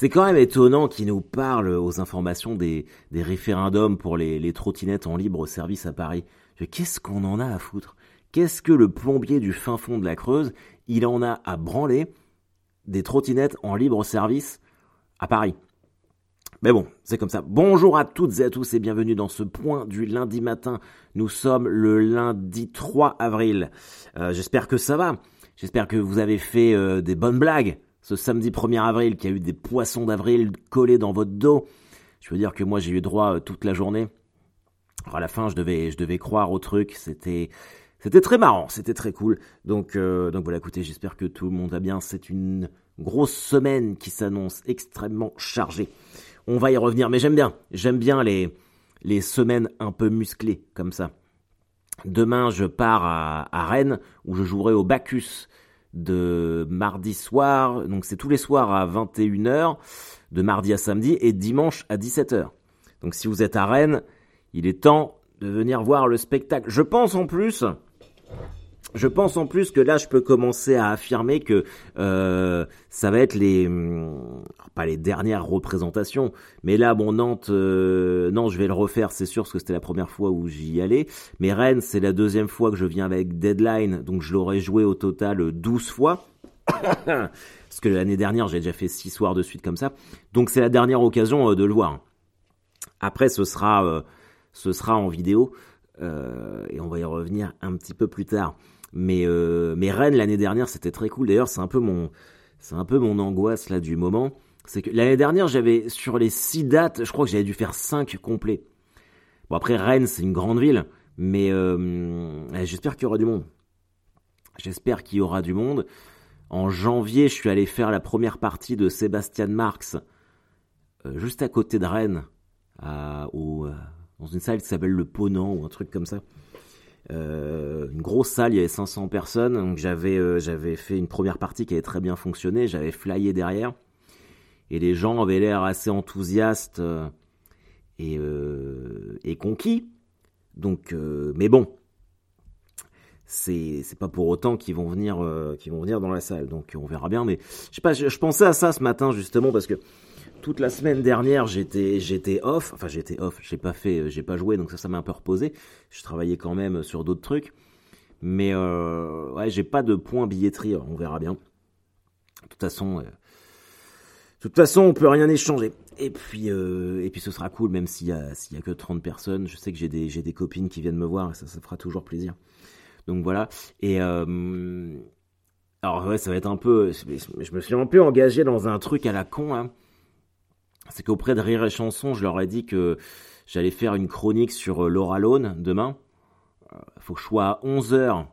C'est quand même étonnant qu'ils nous parlent aux informations des référendums pour les trottinettes en libre service à Paris. Qu'est-ce qu'on en a à foutre? Qu'est-ce que le plombier du fin fond de la Creuse, il en a à branler des trottinettes en libre service à Paris? Mais bon, c'est comme ça. Bonjour à toutes et à tous et bienvenue dans ce point du lundi matin. Nous sommes le lundi 3 avril. J'espère que ça va. J'espère que vous avez fait des bonnes blagues ce samedi 1er avril, qu'il y a eu des poissons d'avril collés dans votre dos. Je veux dire que moi j'ai eu droit toute la journée. Alors à la fin je devais croire au truc. C'était très marrant, c'était très cool. Donc voilà, écoutez, j'espère que tout le monde va bien. C'est une grosse semaine qui s'annonce extrêmement chargée. On va y revenir, mais j'aime bien les semaines un peu musclées comme ça. Demain, je pars à Rennes où je jouerai au Bacchus de mardi soir. Donc c'est tous les soirs à 21h, de mardi à samedi et dimanche à 17h. Donc si vous êtes à Rennes, il est temps de venir voir le spectacle. Je pense en plus que là, je peux commencer à affirmer que ça va être pas les dernières représentations, mais là, bon, Nantes, non, je vais le refaire, c'est sûr, parce que c'était la première fois où j'y allais. Mais Rennes, c'est la deuxième fois que je viens avec Deadline, donc je l'aurais joué au total 12 fois. Parce que l'année dernière, j'ai déjà fait 6 soirs de suite comme ça. Donc c'est la dernière occasion de le voir. Après, ce sera en vidéo, et on va y revenir un petit peu plus tard. Mais Rennes l'année dernière c'était très cool. D'ailleurs c'est un peu mon angoisse là du moment. C'est que l'année dernière j'avais sur les 6 dates, je crois que j'avais dû faire 5 complets. Bon après Rennes c'est une grande ville, mais j'espère qu'il y aura du monde. J'espère qu'il y aura du monde. En janvier je suis allé faire la première partie de Sébastien Marx juste à côté de Rennes, dans une salle qui s'appelle le Ponant ou un truc comme ça. Une grosse salle, il y avait 500 personnes, donc j'avais fait une première partie qui avait très bien fonctionné, j'avais flyé derrière, et les gens avaient l'air assez enthousiastes et conquis. Donc, mais bon, c'est pas pour autant qu'ils vont venir dans la salle, donc on verra bien. Mais je sais pas, je pensais à ça ce matin justement parce que toute la semaine dernière, j'étais off. Enfin, j'étais off. J'ai pas joué, donc ça m'a un peu reposé. Je travaillais quand même sur d'autres trucs. Mais, ouais, j'ai pas de point billetterie. On verra bien. De toute façon, on peut rien échanger. Et puis ce sera cool, même s'il y a que 30 personnes. Je sais que j'ai des copines qui viennent me voir et ça fera toujours plaisir. Donc voilà. Et, alors ouais, ça va être un peu, je me suis un peu engagé dans un truc à la con, hein. C'est qu'auprès de Rire et Chanson, je leur ai dit que j'allais faire une chronique sur Laura Lone demain. Faut que je sois à 11h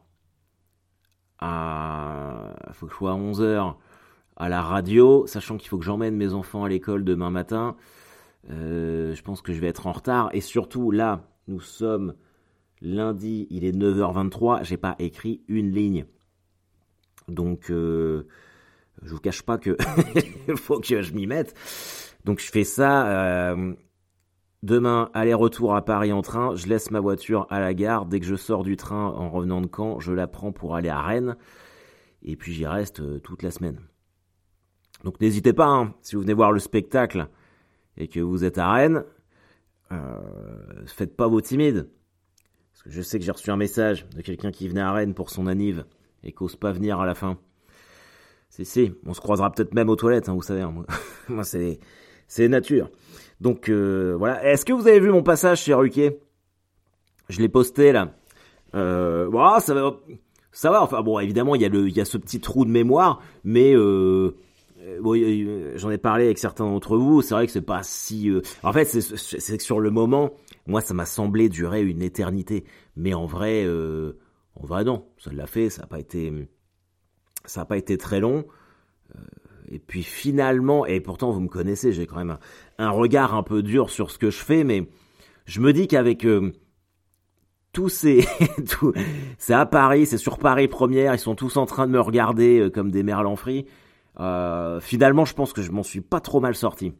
à la radio, sachant qu'il faut que j'emmène mes enfants à l'école demain matin. Je pense que je vais être en retard. Et surtout, là, nous sommes lundi, il est 9h23, j'ai pas écrit une ligne. Donc, je vous cache pas que faut que je m'y mette. Donc je fais ça, demain, aller-retour à Paris en train, je laisse ma voiture à la gare, dès que je sors du train en revenant de Caen, je la prends pour aller à Rennes, et puis j'y reste toute la semaine. Donc n'hésitez pas, hein, si vous venez voir le spectacle et que vous êtes à Rennes, faites pas vos timides, parce que je sais que j'ai reçu un message de quelqu'un qui venait à Rennes pour son anniv et qu'ose pas venir à la fin. Si, on se croisera peut-être même aux toilettes, hein, vous savez, hein, moi c'est nature. Donc voilà. Est-ce que vous avez vu mon passage chez Ruquier? Je l'ai posté là. Bon, ça va. Enfin bon, évidemment il y a ce petit trou de mémoire, mais bon, j'en ai parlé avec certains d'entre vous. C'est vrai que c'est pas si. En fait, c'est que sur le moment, moi ça m'a semblé durer une éternité, mais en vrai, non, ça l'a fait. Ça a pas été très long. Et puis finalement, et pourtant vous me connaissez, j'ai quand même un regard un peu dur sur ce que je fais, mais je me dis qu'avec c'est à Paris, c'est sur Paris Première, ils sont tous en train de me regarder comme des merlanfries. Finalement, je pense que je m'en suis pas trop mal sorti.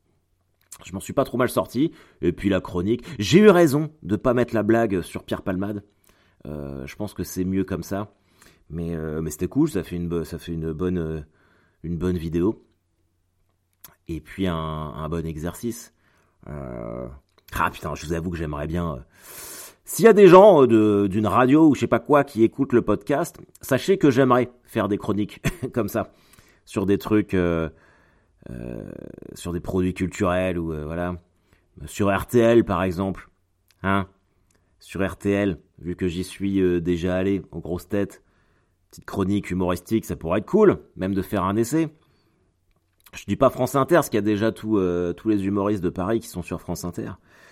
Et puis la chronique, j'ai eu raison de pas mettre la blague sur Pierre Palmade. Je pense que c'est mieux comme ça. Mais c'était cool, ça fait une bonne vidéo. et puis un bon exercice. Ah putain, je vous avoue que j'aimerais bien... S'il y a des gens d'une radio ou je sais pas quoi qui écoutent le podcast, sachez que j'aimerais faire des chroniques comme ça, sur des trucs, sur des produits culturels ou voilà. Sur RTL par exemple, hein. Sur RTL, vu que j'y suis déjà allé aux grosses têtes, petite chronique humoristique, ça pourrait être cool, même de faire un essai. Je dis pas France Inter, parce qu'il y a déjà tous les humoristes de Paris qui sont sur France Inter.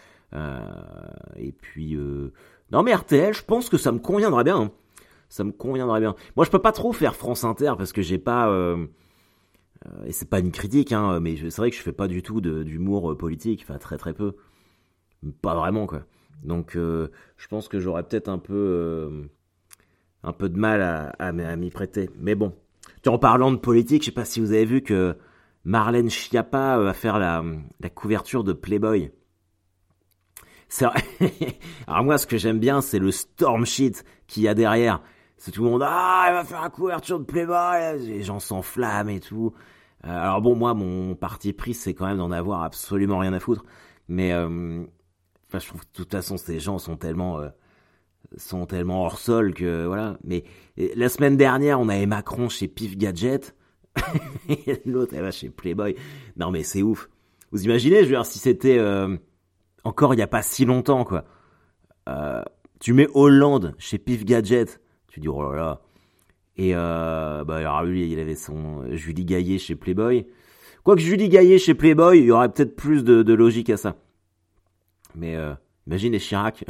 Et puis... Non mais RTL, je pense que ça me conviendrait bien. Hein. Ça me conviendrait bien. Moi, je peux pas trop faire France Inter, parce que j'ai pas... et c'est pas une critique, hein, mais c'est vrai que je fais pas du tout d'humour politique, enfin très très peu. Pas vraiment, quoi. Donc, je pense que j'aurais peut-être un peu de mal à m'y prêter. Mais bon. En parlant de politique, je sais pas si vous avez vu que Marlène Schiappa va faire la couverture de Playboy. C'est vrai. Alors moi, ce que j'aime bien, c'est le storm shit qu'il y a derrière. C'est tout le monde, elle va faire la couverture de Playboy, les gens s'enflamment et tout. Alors bon, moi, mon parti pris, c'est quand même d'en avoir absolument rien à foutre. Mais, je trouve que de toute façon, ces gens sont tellement hors sol que, voilà. Mais la semaine dernière, on avait Macron chez Pif Gadget. Et l'autre, elle va chez Playboy. Non, mais c'est ouf. Vous imaginez, je veux dire, si c'était encore il n'y a pas si longtemps, quoi. Tu mets Hollande chez Pif Gadget. Tu dis, oh là là. Et alors lui, il avait son Julie Gaillet chez Playboy. Quoique Julie Gaillet chez Playboy, il y aurait peut-être plus de logique à ça. Mais imaginez Chirac.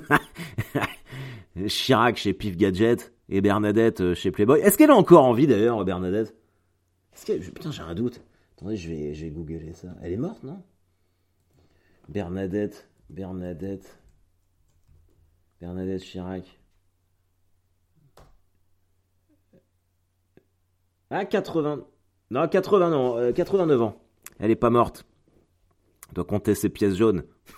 Chirac chez Pif Gadget et Bernadette chez Playboy. Est-ce qu'elle a encore envie d'ailleurs, Bernadette? Putain, j'ai un doute. Attendez, je vais googler ça. Elle est morte, non? Bernadette Chirac. Ah, 80. Non, 80 non, 89 ans. Elle est pas morte. Elle doit compter ses pièces jaunes.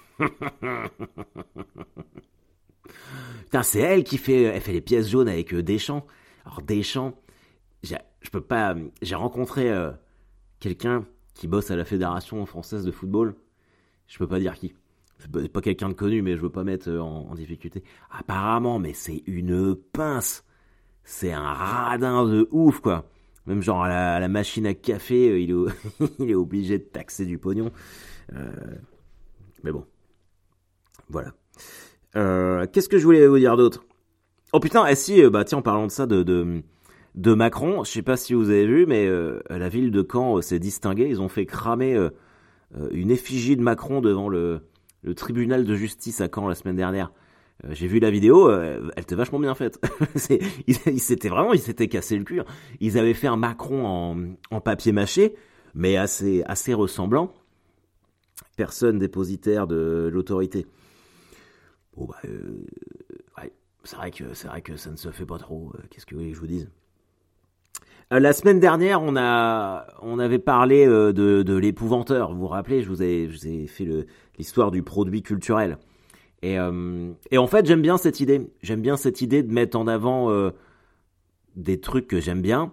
Putain, c'est elle qui elle fait les pièces jaunes avec Deschamps. Alors Deschamps, je peux pas. J'ai rencontré quelqu'un qui bosse à la Fédération française de football. Je peux pas dire qui. C'est pas quelqu'un de connu, mais je veux pas mettre en difficulté. Apparemment, mais c'est une pince. C'est un radin de ouf, quoi. Même genre à la machine à café, il est obligé de taxer du pognon. Mais bon. Voilà. Qu'est-ce que je voulais vous dire d'autre? Oh putain, si, tiens, en parlant de ça, de Macron, je sais pas si vous avez vu, mais la ville de Caen s'est distinguée. Ils ont fait cramer une effigie de Macron devant le tribunal de justice à Caen la semaine dernière. J'ai vu la vidéo, elle était vachement bien faite. Ils s'étaient cassé le cul. Ils avaient fait un Macron en papier mâché, mais assez ressemblant. Personne dépositaire de l'autorité. Bon ouais, c'est vrai que ça ne se fait pas trop. Qu'est-ce que vous voulez que je vous dise? La semaine dernière, on avait parlé de l'épouvanteur. Vous vous rappelez, je vous ai fait l'histoire du produit culturel. Et en fait, j'aime bien cette idée. J'aime bien cette idée de mettre en avant des trucs que j'aime bien.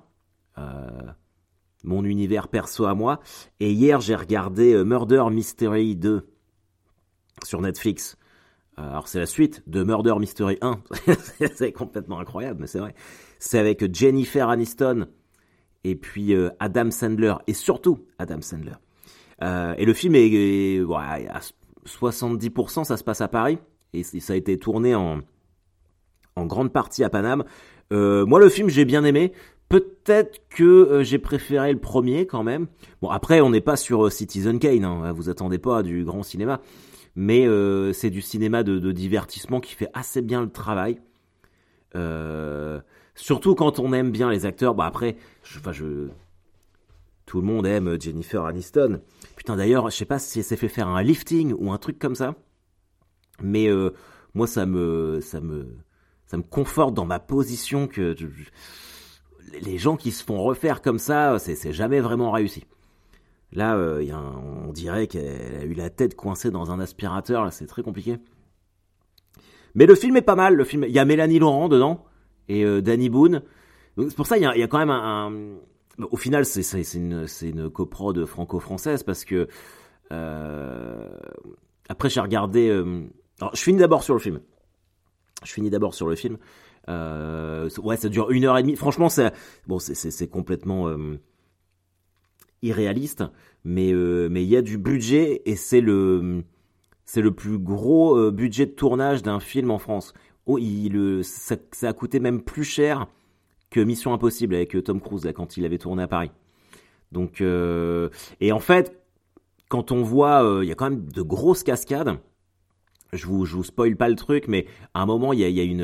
Mon univers perso à moi. Et hier, j'ai regardé Murder Mystery 2 sur Netflix. Alors, c'est la suite de Murder Mystery 1. C'est complètement incroyable, mais c'est vrai. C'est avec Jennifer Aniston et puis Adam Sandler. Et surtout Adam Sandler. Et le film est à 70%, ça se passe à Paris. Et ça a été tourné en grande partie à Paname. Moi, le film, j'ai bien aimé. Peut-être que j'ai préféré le premier quand même. Bon, après, on n'est pas sur Citizen Kane. Hein. Vous attendez pas à du grand cinéma. Mais c'est du cinéma de divertissement qui fait assez bien le travail. Surtout quand on aime bien les acteurs. Bah après, tout le monde aime Jennifer Aniston. Putain, d'ailleurs, je sais pas si elle s'est fait faire un lifting ou un truc comme ça. Mais moi, ça me conforte dans ma position que les gens qui se font refaire comme ça, c'est jamais vraiment réussi. Là, on dirait qu'elle a eu la tête coincée dans un aspirateur. Là, c'est très compliqué. Mais le film est pas mal. Il y a Mélanie Laurent dedans et Danny Boone. Donc, c'est pour ça il y a quand même au final, c'est une coprode franco-française parce que après j'ai regardé. Alors, je finis d'abord sur le film. Ouais, ça dure 1 heure et demie. Franchement, c'est complètement irréaliste, mais il y a du budget et c'est le plus gros budget de tournage d'un film en France. Oh, ça a coûté même plus cher que Mission Impossible avec Tom Cruise là, quand il avait tourné à Paris. Donc et en fait, quand on voit, il y a quand même de grosses cascades. Je vous spoil pas le truc, mais à un moment il y a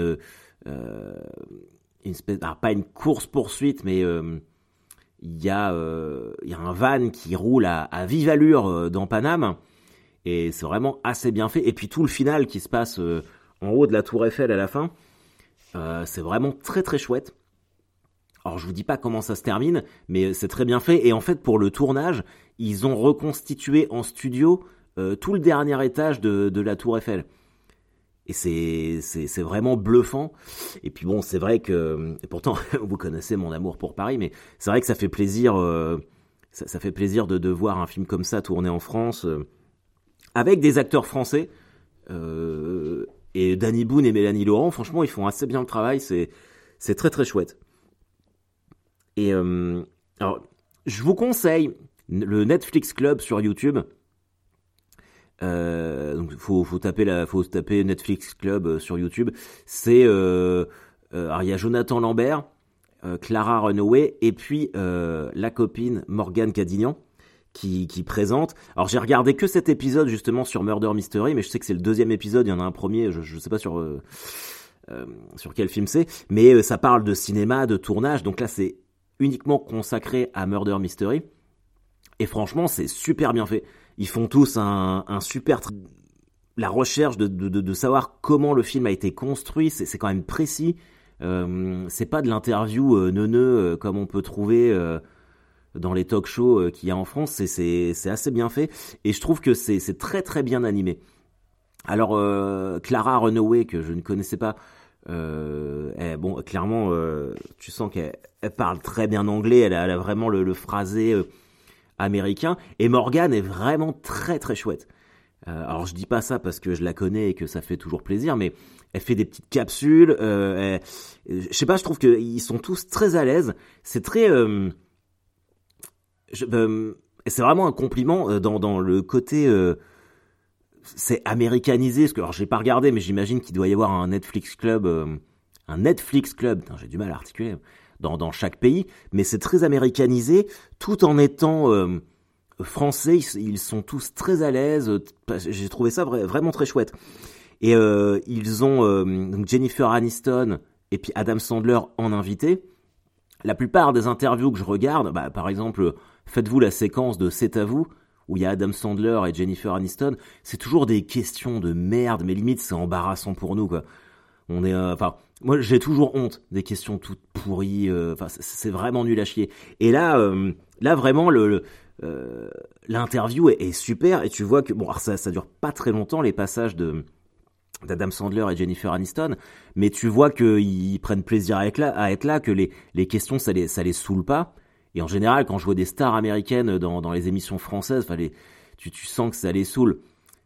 une espèce, alors pas une course poursuite, mais il y a un van qui roule à vive allure dans Paname, et c'est vraiment assez bien fait. Et puis tout le final qui se passe en haut de la Tour Eiffel à la fin, c'est vraiment très très chouette. Alors je vous dis pas comment ça se termine, mais c'est très bien fait. Et en fait, pour le tournage, ils ont reconstitué en studio tout le dernier étage de la Tour Eiffel. Et c'est vraiment bluffant. Et puis bon, c'est vrai que, et pourtant, vous connaissez mon amour pour Paris, mais c'est vrai que ça fait plaisir, ça fait plaisir de voir un film comme ça tourné en France, avec des acteurs français. Et Danny Boone et Mélanie Laurent, franchement, ils font assez bien le travail. C'est très très chouette. Et alors, je vous conseille le Netflix Club sur YouTube. Donc faut taper Netflix Club sur YouTube. C'est alors il y a Jonathan Lambert, Clara Runaway et puis la copine Morgane Cadignan qui présente. Alors j'ai regardé que cet épisode justement sur Murder Mystery, mais je sais que c'est le 2e épisode. Il y en a un premier, je sais pas sur quel film c'est, mais ça parle de cinéma, de tournage. Donc là c'est uniquement consacré à Murder Mystery. Et franchement, c'est super bien fait. Ils font tous un super... La recherche de savoir comment le film a été construit, c'est quand même précis. C'est pas de l'interview neuneu comme on peut trouver dans les talk shows qu'il y a en France. C'est assez bien fait. Et je trouve que c'est très très bien animé. Alors, Clara Runaway, que je ne connaissais pas, bon, clairement, tu sens qu'elle parle très bien anglais. Elle a vraiment le phrasé... américain, et Morgane est vraiment très très chouette. Alors je dis pas ça parce que je la connais et que ça fait toujours plaisir, mais elle fait des petites capsules, je sais pas, je trouve qu'ils sont tous très à l'aise, c'est très... c'est vraiment un compliment dans le côté... c'est américanisé, parce que, alors j'ai pas regardé, mais j'imagine qu'il doit y avoir un Netflix Club, putain, j'ai du mal à articuler, dans chaque pays, mais c'est très américanisé, tout en étant français. Ils sont tous très à l'aise. J'ai trouvé ça vraiment très chouette. Et ils ont donc Jennifer Aniston et puis Adam Sandler en invité. La plupart des interviews que je regarde, par exemple, faites-vous la séquence de C'est à vous, où il y a Adam Sandler et Jennifer Aniston, c'est toujours des questions de merde, mais limite c'est embarrassant pour nous, quoi. On est, moi j'ai toujours honte des questions toutes pourries, c'est vraiment nul à chier. Et là vraiment l'interview est super, et tu vois que bon, alors ça dure pas très longtemps les passages d'Adam Sandler et Jennifer Aniston, mais tu vois qu'ils prennent plaisir à être là, que les questions ça les saoule pas. Et en général, quand je vois des stars américaines dans les émissions françaises, tu sens que ça les saoule.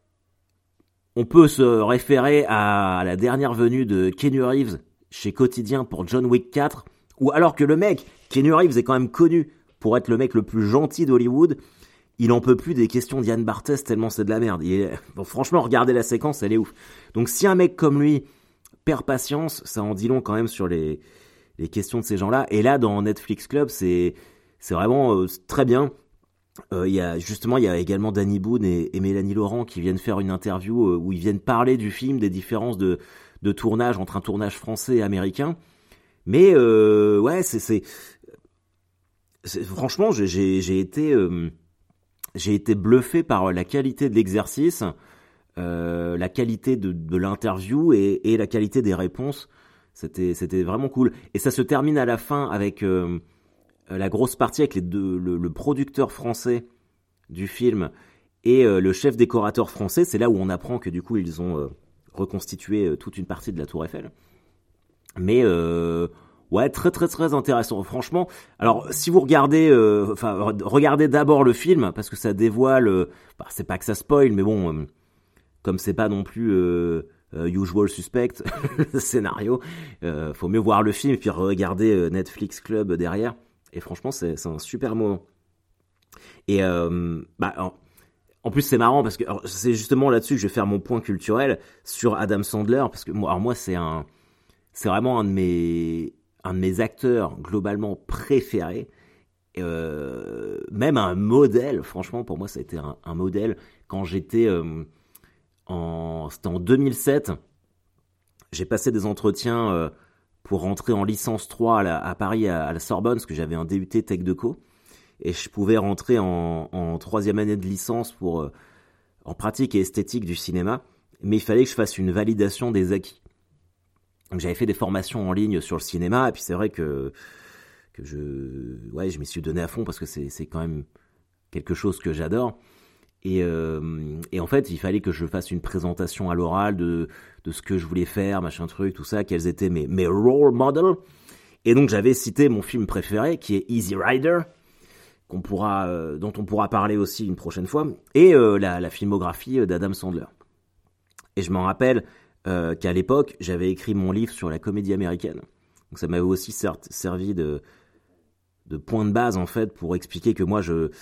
On peut se référer à la dernière venue de Keanu Reeves chez Quotidien pour John Wick 4, ou alors que le mec, Keanu Reeves est quand même connu pour être le mec le plus gentil d'Hollywood, il en peut plus des questions d'Yann Barthès tellement c'est de la merde. Bon, franchement, regardez la séquence, elle est ouf. Donc si un mec comme lui perd patience, ça en dit long quand même sur les questions de ces gens-là. Et là, dans Netflix Club, c'est vraiment très bien. Il y a également Danny Boone et Mélanie Laurent qui viennent faire une interview où ils viennent parler du film, des différences de tournage entre un tournage français et américain. Mais ouais, franchement, j'ai été bluffé par la qualité de l'exercice, la qualité de l'interview et la qualité des réponses. C'était vraiment cool. Et ça se termine à la fin avec la grosse partie avec le producteur français du film et le chef décorateur français. C'est là où on apprend que du coup ils ont reconstitué toute une partie de la Tour Eiffel. Mais Ouais, très très très intéressant. Franchement, alors si vous regardez, regardez d'abord le film parce que ça dévoile. C'est pas que ça spoil, mais bon, comme c'est pas non plus Usual Suspect le scénario, faut mieux voir le film et puis regarder Netflix Club derrière. Et franchement, c'est un super moment. Et en plus, c'est marrant parce que c'est justement là-dessus que je vais faire mon point culturel sur Adam Sandler parce que moi c'est vraiment un de mes acteurs globalement préférés. Même un modèle, franchement, pour moi, ça a été un modèle quand j'étais c'était en 2007. J'ai passé des entretiens pour rentrer en licence 3 à Paris à la Sorbonne parce que j'avais un DUT Tech Deco et je pouvais rentrer en troisième année de licence pour en pratique et esthétique du cinéma, mais il fallait que je fasse une validation des acquis. Donc j'avais fait des formations en ligne sur le cinéma et puis c'est vrai que je m'y suis donné à fond parce que c'est quand même quelque chose que j'adore. Et en fait, il fallait que je fasse une présentation à l'oral de ce que je voulais faire, machin truc, tout ça, quels étaient mes role models. Et donc j'avais cité mon film préféré, qui est Easy Rider, dont on pourra parler aussi une prochaine fois, et la filmographie d'Adam Sandler. Et je m'en rappelle qu'à l'époque, j'avais écrit mon livre sur la comédie américaine. Donc ça m'avait aussi servi de point de base en fait pour expliquer que moi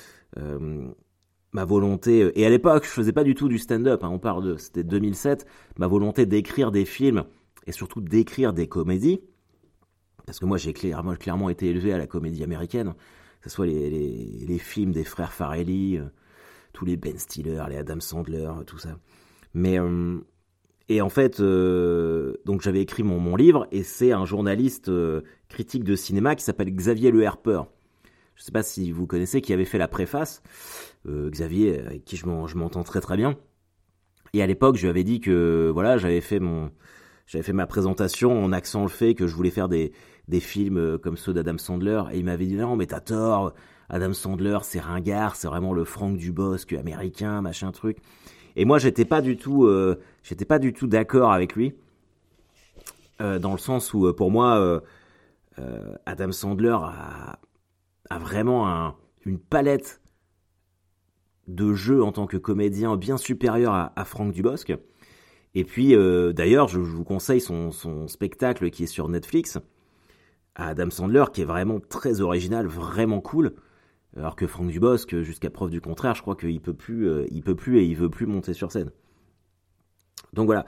ma volonté, et à l'époque je faisais pas du tout du stand-up, hein, c'était 2007, ma volonté d'écrire des films et surtout d'écrire des comédies, parce que moi j'ai clairement été élevé à la comédie américaine, que ce soit les films des frères Farrelly, tous les Ben Stiller, les Adam Sandler, tout ça. Mais et en fait, donc j'avais écrit mon livre et c'est un journaliste critique de cinéma qui s'appelle Xavier Le Herper. Je sais pas si vous connaissez, qui avait fait la préface. Xavier, avec qui je m'entends très très bien. Et à l'époque, je lui avais dit que voilà, j'avais fait ma présentation en axant le fait que je voulais faire des films comme ceux d'Adam Sandler. Et il m'avait dit non, mais t'as tort. Adam Sandler, c'est ringard, c'est vraiment le Franck Dubosc américain, machin truc. Et moi, j'étais pas du tout d'accord avec lui, dans le sens où, pour moi, Adam Sandler a vraiment une palette de jeux en tant que comédien bien supérieure à Franck Dubosc. Et puis, d'ailleurs, je vous conseille son spectacle qui est sur Netflix, à Adam Sandler, qui est vraiment très original, vraiment cool. Alors que Franck Dubosc, jusqu'à preuve du contraire, je crois qu'il peut plus et il veut plus monter sur scène. Donc voilà.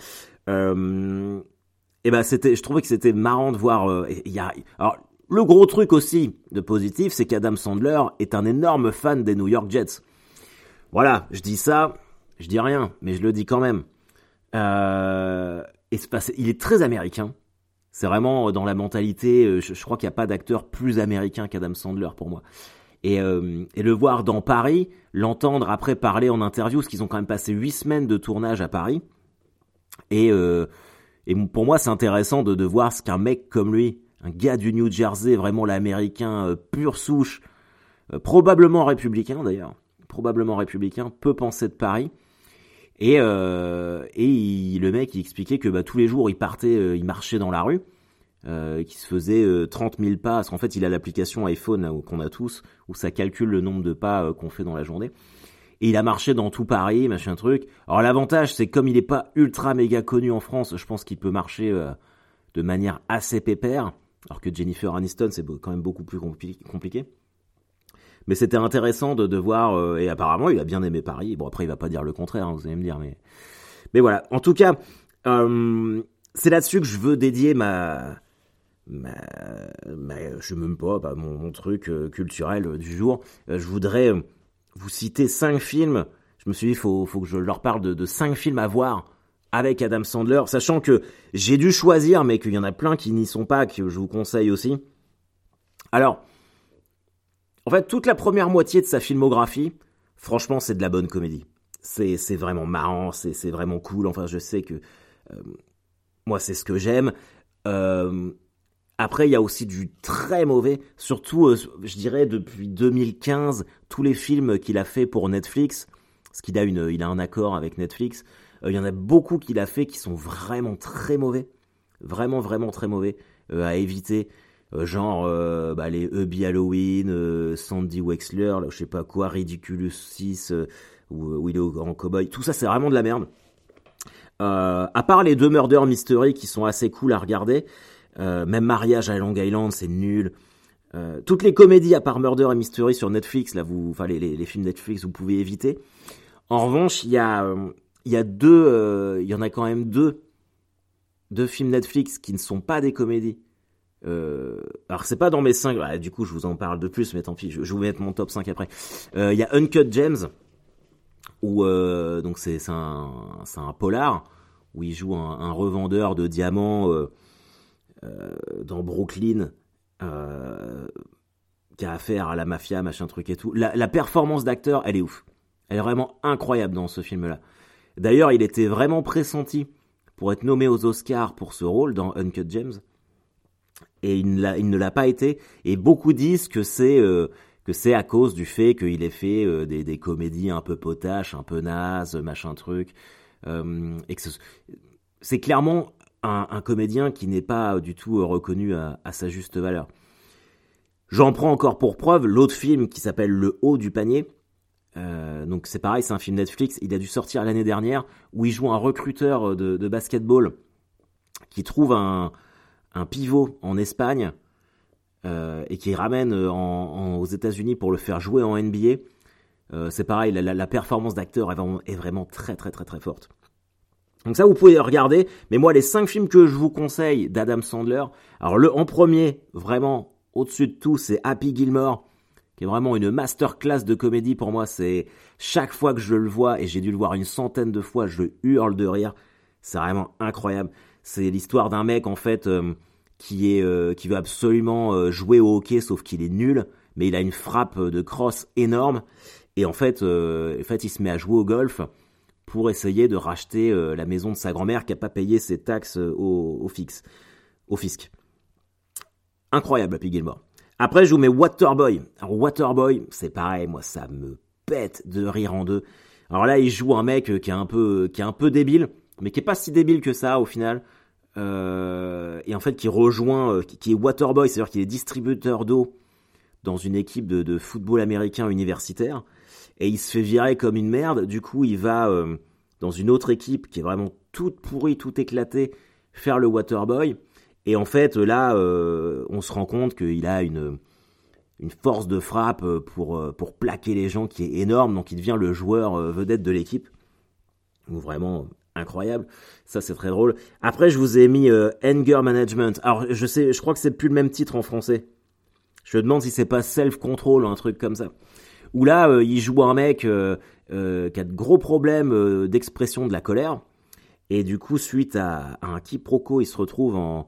Et je trouvais que c'était marrant de voir. Alors le gros truc aussi de positif, c'est qu'Adam Sandler est un énorme fan des New York Jets. Voilà, je dis ça, je dis rien, mais je le dis quand même. Il est très américain. C'est vraiment dans la mentalité. Je crois qu'il n'y a pas d'acteur plus américain qu'Adam Sandler pour moi. Et le voir dans Paris, l'entendre après parler en interview, parce qu'ils ont quand même passé 8 semaines de tournage à Paris. Et pour moi, c'est intéressant de voir ce qu'un mec comme lui, un gars du New Jersey, vraiment l'américain pure souche, probablement républicain d'ailleurs, peut penser de Paris. Et le mec, il expliquait que tous les jours, il marchait dans la rue. Qui se faisait 30 000 pas, parce qu'en fait il a l'application iPhone qu'on a tous, où ça calcule le nombre de pas qu'on fait dans la journée, et il a marché dans tout Paris, machin truc. Alors l'avantage, c'est comme il est pas ultra méga connu en France, je pense qu'il peut marcher de manière assez pépère, alors que Jennifer Aniston c'est quand même beaucoup plus compliqué. Mais c'était intéressant de voir, et apparemment il a bien aimé Paris. Bon, après il va pas dire le contraire, hein, vous allez me dire, mais voilà. En tout cas, c'est là-dessus que je veux dédier je sais même pas, mon truc culturel du jour. Je voudrais vous citer 5 films. Je me suis dit, faut que je leur parle de 5 films à voir avec Adam Sandler, sachant que j'ai dû choisir, mais qu'il y en a plein qui n'y sont pas, que je vous conseille aussi. Alors, en fait, toute la première moitié de sa filmographie, franchement, c'est de la bonne comédie. C'est vraiment marrant, c'est vraiment cool. Enfin, je sais que moi, c'est ce que j'aime. Après, il y a aussi du très mauvais, surtout, je dirais, depuis 2015, tous les films qu'il a fait pour Netflix, parce qu'il a un accord avec Netflix, il y en a beaucoup qu'il a fait qui sont vraiment très mauvais, vraiment très mauvais, à éviter. genre les Hubby Halloween, Sandy Wexler, là, je sais pas quoi, Ridiculous 6 ou Willow en Cowboy, tout ça c'est vraiment de la merde. À part les deux Murder Mystery qui sont assez cool à regarder, même Mariage à Long Island c'est nul. Toutes les comédies à part Murder et Mystery sur Netflix, là les films Netflix vous pouvez éviter. En revanche, il y en a quand même deux films Netflix qui ne sont pas des comédies. Alors c'est pas dans mes 5, du coup je vous en parle de plus, mais tant pis, je vais vous mettre mon top 5 après. Il y a Uncut Gems, où donc c'est un polar, où il joue un revendeur de diamants dans Brooklyn, qui a affaire à la mafia, machin truc et tout. La performance d'acteur, elle est ouf. Elle est vraiment incroyable dans ce film-là. D'ailleurs, il était vraiment pressenti pour être nommé aux Oscars pour ce rôle dans Uncut Gems. Et il ne l'a pas été. Et beaucoup disent que c'est à cause du fait qu'il ait fait des comédies un peu potaches, un peu nazes, machin truc. Et que c'est clairement un comédien qui n'est pas du tout reconnu à sa juste valeur. J'en prends encore pour preuve l'autre film qui s'appelle Le Haut du panier. Donc c'est pareil, c'est un film Netflix. Il a dû sortir l'année dernière, où il joue un recruteur de basketball qui trouve un pivot en Espagne et qui ramène aux États-Unis pour le faire jouer en NBA. C'est pareil, la performance d'acteur est vraiment très très très très forte. Donc ça vous pouvez regarder, mais moi les 5 films que je vous conseille d'Adam Sandler, alors en premier, vraiment au-dessus de tout, c'est Happy Gilmore, qui est vraiment une masterclass de comédie pour moi. C'est chaque fois que je le vois, et j'ai dû le voir une centaine de fois, je hurle de rire. C'est vraiment incroyable. C'est l'histoire d'un mec en fait qui veut absolument jouer au hockey, sauf qu'il est nul, mais il a une frappe de crosse énorme. Et en fait, il se met à jouer au golf pour essayer de racheter la maison de sa grand-mère qui a pas payé ses taxes au fisc. Incroyable, Happy Gilmore. Après, je vous mets Waterboy. Alors Waterboy, c'est pareil, moi ça me pète de rire en deux. Alors là, il joue un mec qui est un peu débile, mais qui est pas si débile que ça au final. Et en fait, qui est Waterboy, c'est-à-dire qu'il est distributeur d'eau dans une équipe de football américain universitaire. Et il se fait virer comme une merde. Du coup, il va dans une autre équipe qui est vraiment toute pourrie, toute éclatée, faire le Waterboy. Et en fait, là, on se rend compte qu'il a une force de frappe pour plaquer les gens qui est énorme. Donc, il devient le joueur vedette de l'équipe. Vraiment incroyable. Ça, c'est très drôle. Après, je vous ai mis Anger Management. Alors, je crois que c'est plus le même titre en français. Je me demande si c'est pas Self-Control ou un truc comme ça. Où là, il joue un mec qui a de gros problèmes d'expression de la colère. Et du coup, suite à un quiproquo, il se retrouve en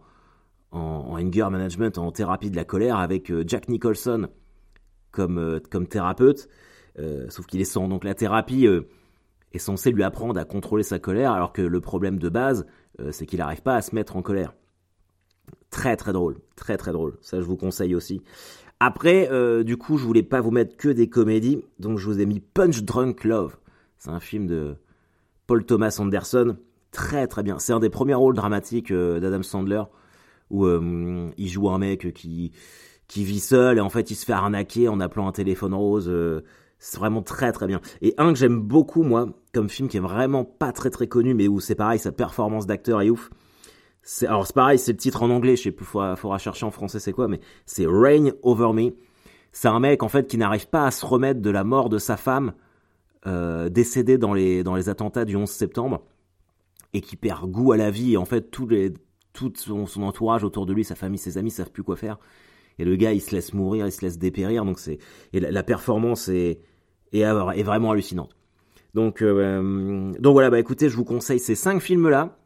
anger management, en thérapie de la colère, avec Jack Nicholson comme thérapeute. Sauf qu'il est sans. Donc la thérapie est censée lui apprendre à contrôler sa colère, alors que le problème de base, c'est qu'il n'arrive pas à se mettre en colère. Très très drôle, très très drôle. Ça, je vous conseille aussi. Après, du coup, je voulais pas vous mettre que des comédies, donc je vous ai mis Punch Drunk Love. C'est un film de Paul Thomas Anderson, très très bien. C'est un des premiers rôles dramatiques d'Adam Sandler, où il joue un mec qui vit seul, et en fait, il se fait arnaquer en appelant un téléphone rose. C'est vraiment très très bien. Et un que j'aime beaucoup, moi, comme film qui est vraiment pas très très connu, mais où c'est pareil, sa performance d'acteur est ouf. Alors c'est pareil, c'est le titre en anglais, je sais plus, faudra chercher en français c'est quoi, mais c'est Reign Over Me. C'est un mec en fait qui n'arrive pas à se remettre de la mort de sa femme décédée dans les attentats du 11 septembre et qui perd goût à la vie. Et en fait tout son entourage autour de lui, sa famille, ses amis savent plus quoi faire. Et le gars il se laisse mourir, il se laisse dépérir. Donc la performance est vraiment hallucinante. Donc voilà, écoutez, je vous conseille ces 5 films là.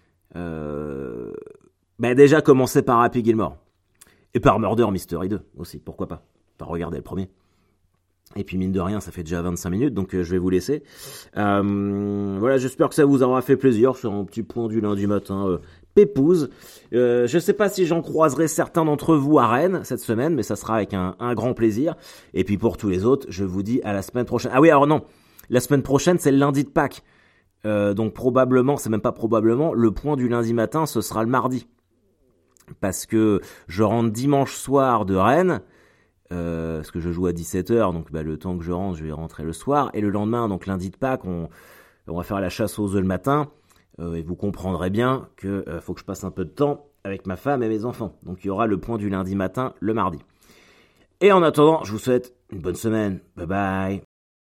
Déjà commencer par Happy Gilmore et par Murder Mystery 2 aussi, pourquoi pas regarder le premier. Et puis mine de rien, ça fait déjà 25 minutes, donc je vais vous laisser. Voilà, j'espère que ça vous aura fait plaisir. C'est un petit point du lundi matin pépouze. Je sais pas si j'en croiserai certains d'entre vous à Rennes cette semaine, mais ça sera avec un grand plaisir. Et puis pour tous les autres, je vous dis à la semaine prochaine. Ah oui, alors non, la semaine prochaine c'est le lundi de Pâques. Donc probablement, c'est même pas probablement, le point du lundi matin, ce sera le mardi. parce que je rentre dimanche soir de Rennes, parce que je joue à 17h, donc le temps que je rentre, je vais rentrer le soir, et le lendemain, donc lundi de Pâques, on va faire la chasse aux œufs le matin, et vous comprendrez bien que faut que je passe un peu de temps avec ma femme et mes enfants. Donc il y aura le point du lundi matin le mardi. Et en attendant, je vous souhaite une bonne semaine. Bye bye.